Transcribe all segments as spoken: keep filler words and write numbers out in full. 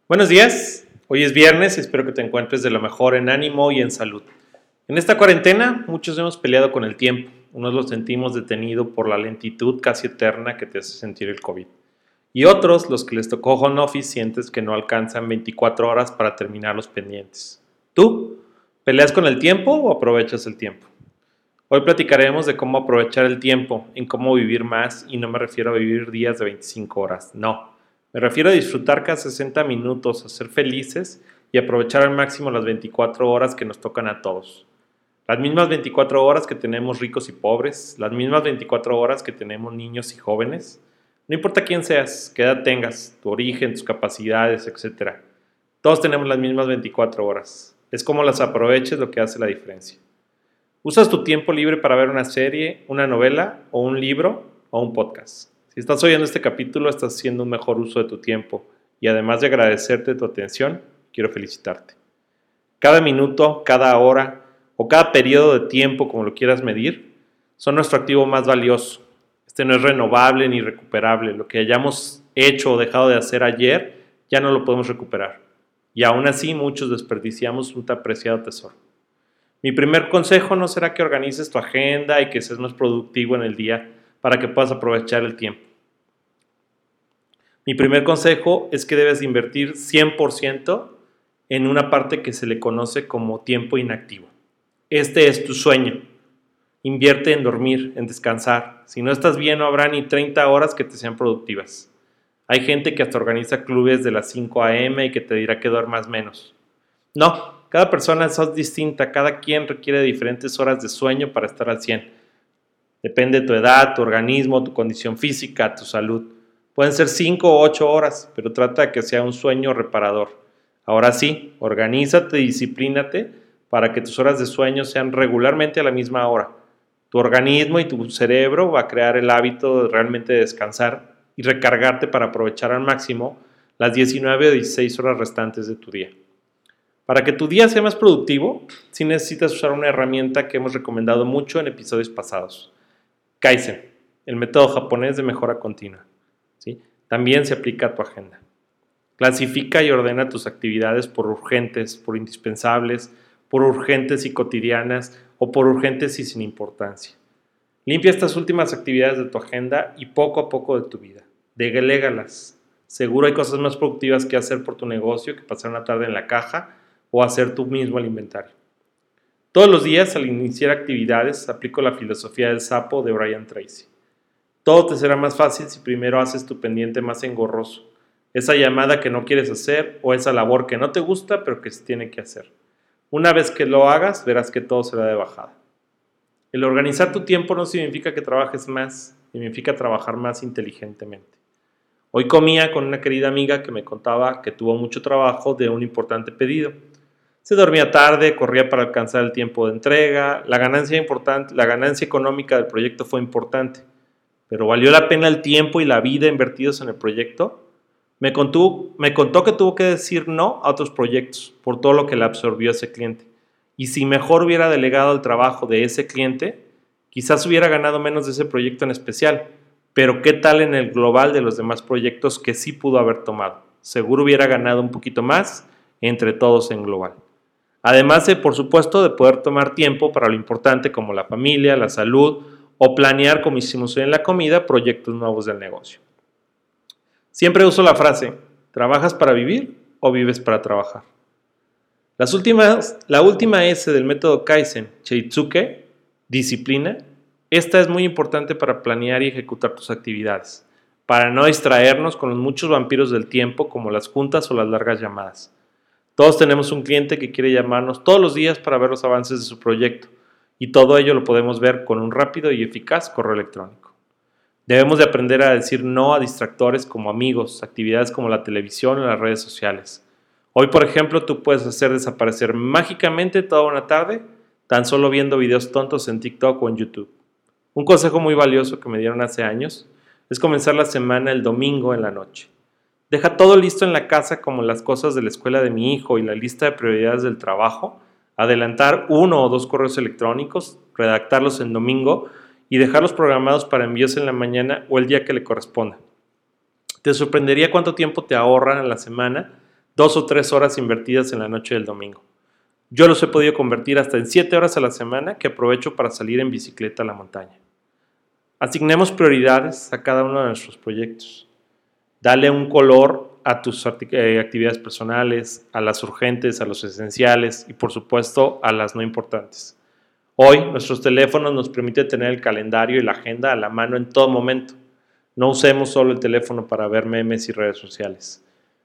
Buenos días, hoy es viernes y espero que te encuentres de lo mejor en ánimo y en salud. En esta cuarentena muchos hemos peleado con el tiempo, unos lo sentimos detenido por la lentitud casi eterna que te hace sentir el COVID. Y otros, los que les tocó home office, sientes que no alcanzan veinticuatro horas para terminar los pendientes. ¿Tú? ¿Peleas con el tiempo o aprovechas el tiempo? Hoy platicaremos de cómo aprovechar el tiempo, en cómo vivir más, y no me refiero a vivir días de veinticinco horas, no. Me refiero a disfrutar cada sesenta minutos, a ser felices y aprovechar al máximo las veinticuatro horas que nos tocan a todos. Las mismas veinticuatro horas que tenemos ricos y pobres, las mismas veinticuatro horas que tenemos niños y jóvenes. No importa quién seas, qué edad tengas, tu origen, tus capacidades, etcétera. Todos tenemos las mismas veinticuatro horas. Es cómo las aproveches lo que hace la diferencia. ¿Usas tu tiempo libre para ver una serie, una novela o un libro o un podcast? Si estás oyendo este capítulo, estás haciendo un mejor uso de tu tiempo y además de agradecerte tu atención, quiero felicitarte. Cada minuto, cada hora o cada periodo de tiempo, como lo quieras medir, son nuestro activo más valioso. Este no es renovable ni recuperable. Lo que hayamos hecho o dejado de hacer ayer ya no lo podemos recuperar. Y aún así muchos desperdiciamos un tan preciado tesoro. Mi primer consejo no será que organices tu agenda y que seas más productivo en el día para que puedas aprovechar el tiempo. Mi primer consejo es que debes invertir cien por ciento en una parte que se le conoce como tiempo inactivo. Este es tu sueño. Invierte en dormir, en descansar. Si no estás bien, no habrá ni treinta horas que te sean productivas. Hay gente que hasta organiza clubes de las cinco a eme y que te dirá que duermas menos. No, cada persona es distinta, cada quien requiere diferentes horas de sueño para estar al cien. Depende de tu edad, tu organismo, tu condición física, tu salud. Pueden ser cinco o ocho horas, pero trata de que sea un sueño reparador. Ahora sí, organízate y disciplínate para que tus horas de sueño sean regularmente a la misma hora. Tu organismo y tu cerebro va a crear el hábito de realmente descansar y recargarte para aprovechar al máximo las diecinueve o dieciséis horas restantes de tu día. Para que tu día sea más productivo, sí necesitas usar una herramienta que hemos recomendado mucho en episodios pasados. Kaizen, el método japonés de mejora continua. ¿Sí? También se aplica a tu agenda. Clasifica y ordena tus actividades por urgentes, por indispensables, por urgentes y cotidianas o por urgentes y sin importancia. Limpia estas últimas actividades de tu agenda y poco a poco de tu vida. Delégalas. Seguro hay cosas más productivas que hacer por tu negocio que pasar una tarde en la caja o hacer tú mismo el inventario. Todos los días, al iniciar actividades, aplico la filosofía del sapo de Brian Tracy. Todo te será más fácil si primero haces tu pendiente más engorroso, esa llamada que no quieres hacer o esa labor que no te gusta pero que se tiene que hacer. Una vez que lo hagas, verás que todo será de bajada. El organizar tu tiempo no significa que trabajes más, significa trabajar más inteligentemente. Hoy comía con una querida amiga que me contaba que tuvo mucho trabajo de un importante pedido. Se dormía tarde, corría para alcanzar el tiempo de entrega, la ganancia importante, la ganancia económica del proyecto fue importante, pero ¿valió la pena el tiempo y la vida invertidos en el proyecto? Me contó, me contó que tuvo que decir no a otros proyectos por todo lo que le absorbió ese cliente. Y si mejor hubiera delegado el trabajo de ese cliente, quizás hubiera ganado menos de ese proyecto en especial, pero ¿qué tal en el global de los demás proyectos que sí pudo haber tomado? Seguro hubiera ganado un poquito más entre todos en global. Además de, por supuesto, de poder tomar tiempo para lo importante como la familia, la salud o planear, como hicimos hoy en la comida, proyectos nuevos del negocio. Siempre uso la frase, ¿trabajas para vivir o vives para trabajar? Las últimas, la última S del método Kaizen, Sheitsuke, disciplina, esta es muy importante para planear y ejecutar tus actividades, para no distraernos con los muchos vampiros del tiempo como las juntas o las largas llamadas. Todos tenemos un cliente que quiere llamarnos todos los días para ver los avances de su proyecto y todo ello lo podemos ver con un rápido y eficaz correo electrónico. Debemos de aprender a decir no a distractores como amigos, actividades como la televisión o las redes sociales. Hoy, por ejemplo, tú puedes hacer desaparecer mágicamente toda una tarde tan solo viendo videos tontos en TikTok o en YouTube. Un consejo muy valioso que me dieron hace años es comenzar la semana el domingo en la noche. Deja todo listo en la casa como las cosas de la escuela de mi hijo y la lista de prioridades del trabajo, adelantar uno o dos correos electrónicos, redactarlos en domingo y dejarlos programados para envíos en la mañana o el día que le corresponda. Te sorprendería cuánto tiempo te ahorran a la semana dos o tres horas invertidas en la noche del domingo. Yo los he podido convertir hasta en siete horas a la semana que aprovecho para salir en bicicleta a la montaña. Asignemos prioridades a cada uno de nuestros proyectos. Dale un color a tus actividades personales, a las urgentes, a los esenciales y por supuesto a las no importantes. Hoy nuestros teléfonos nos permiten tener el calendario y la agenda a la mano en todo momento. No usemos solo el teléfono para ver memes y redes sociales.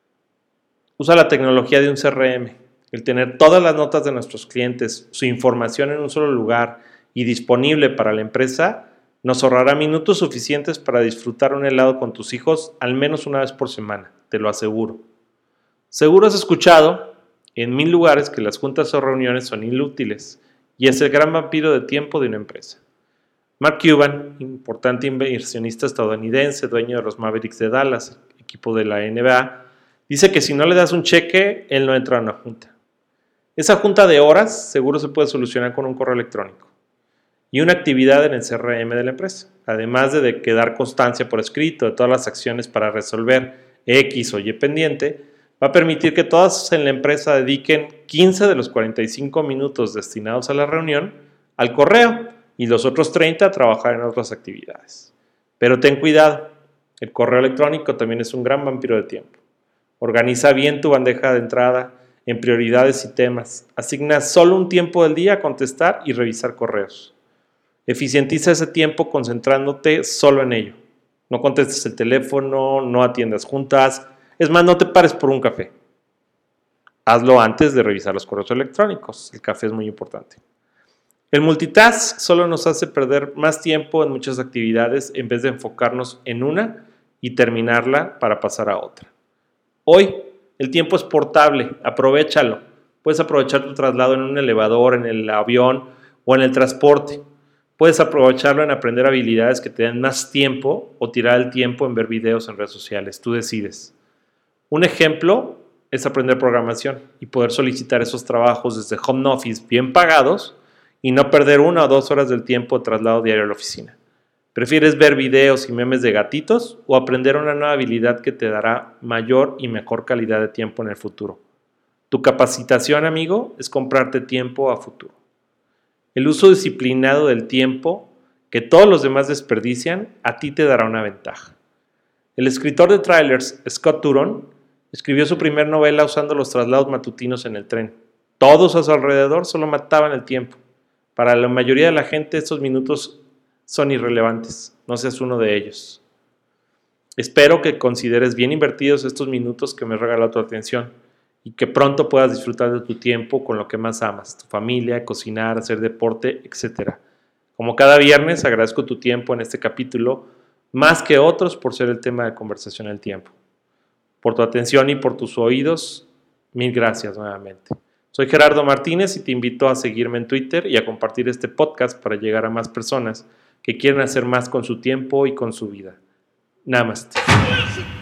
Usa la tecnología de un C R M. El tener todas las notas de nuestros clientes, su información en un solo lugar y disponible para la empresa, nos ahorrará minutos suficientes para disfrutar un helado con tus hijos al menos una vez por semana, te lo aseguro. Seguro has escuchado en mil lugares que las juntas o reuniones son inútiles y es el gran vampiro de tiempo de una empresa. Mark Cuban, importante inversionista estadounidense, dueño de los Mavericks de Dallas, equipo de la N B A, dice que si no le das un cheque, él no entra a una junta. Esa junta de horas seguro se puede solucionar con un correo electrónico y una actividad en el C R M de la empresa, además de que dar constancia por escrito de todas las acciones para resolver X o Y pendiente, va a permitir que todas en la empresa dediquen quince de los cuarenta y cinco minutos destinados a la reunión al correo y los otros treinta a trabajar en otras actividades. Pero ten cuidado, el correo electrónico también es un gran vampiro de tiempo. Organiza bien tu bandeja de entrada en prioridades y temas. Asigna solo un tiempo del día a contestar y revisar correos. Eficientiza ese tiempo concentrándote solo en ello. No contestes el teléfono, no atiendas juntas, es más, no te pares por un café. Hazlo antes de revisar los correos electrónicos, el café es muy importante. El multitask solo nos hace perder más tiempo en muchas actividades en vez de enfocarnos en una y terminarla para pasar a otra. Hoy el tiempo es portable, aprovéchalo. Puedes aprovechar tu traslado en un elevador, en el avión o en el transporte. Puedes aprovecharlo en aprender habilidades que te den más tiempo o tirar el tiempo en ver videos en redes sociales. Tú decides. Un ejemplo es aprender programación y poder solicitar esos trabajos desde home office bien pagados y no perder una o dos horas del tiempo de traslado diario a la oficina. ¿Prefieres ver videos y memes de gatitos o aprender una nueva habilidad que te dará mayor y mejor calidad de tiempo en el futuro? Tu capacitación, amigo, es comprarte tiempo a futuro. El uso disciplinado del tiempo que todos los demás desperdician, a ti te dará una ventaja. El escritor de thrillers, Scott Turon, escribió su primera novela usando los traslados matutinos en el tren. Todos a su alrededor solo mataban el tiempo. Para la mayoría de la gente estos minutos son irrelevantes. No seas uno de ellos. Espero que consideres bien invertidos estos minutos que me regaló tu atención y que pronto puedas disfrutar de tu tiempo con lo que más amas, tu familia, cocinar, hacer deporte, etcétera. Como cada viernes, agradezco tu tiempo en este capítulo, más que otros por ser el tema de conversación el tiempo. Por tu atención y por tus oídos, mil gracias nuevamente. Soy Gerardo Martínez y te invito a seguirme en Twitter y a compartir este podcast para llegar a más personas que quieren hacer más con su tiempo y con su vida. Namaste.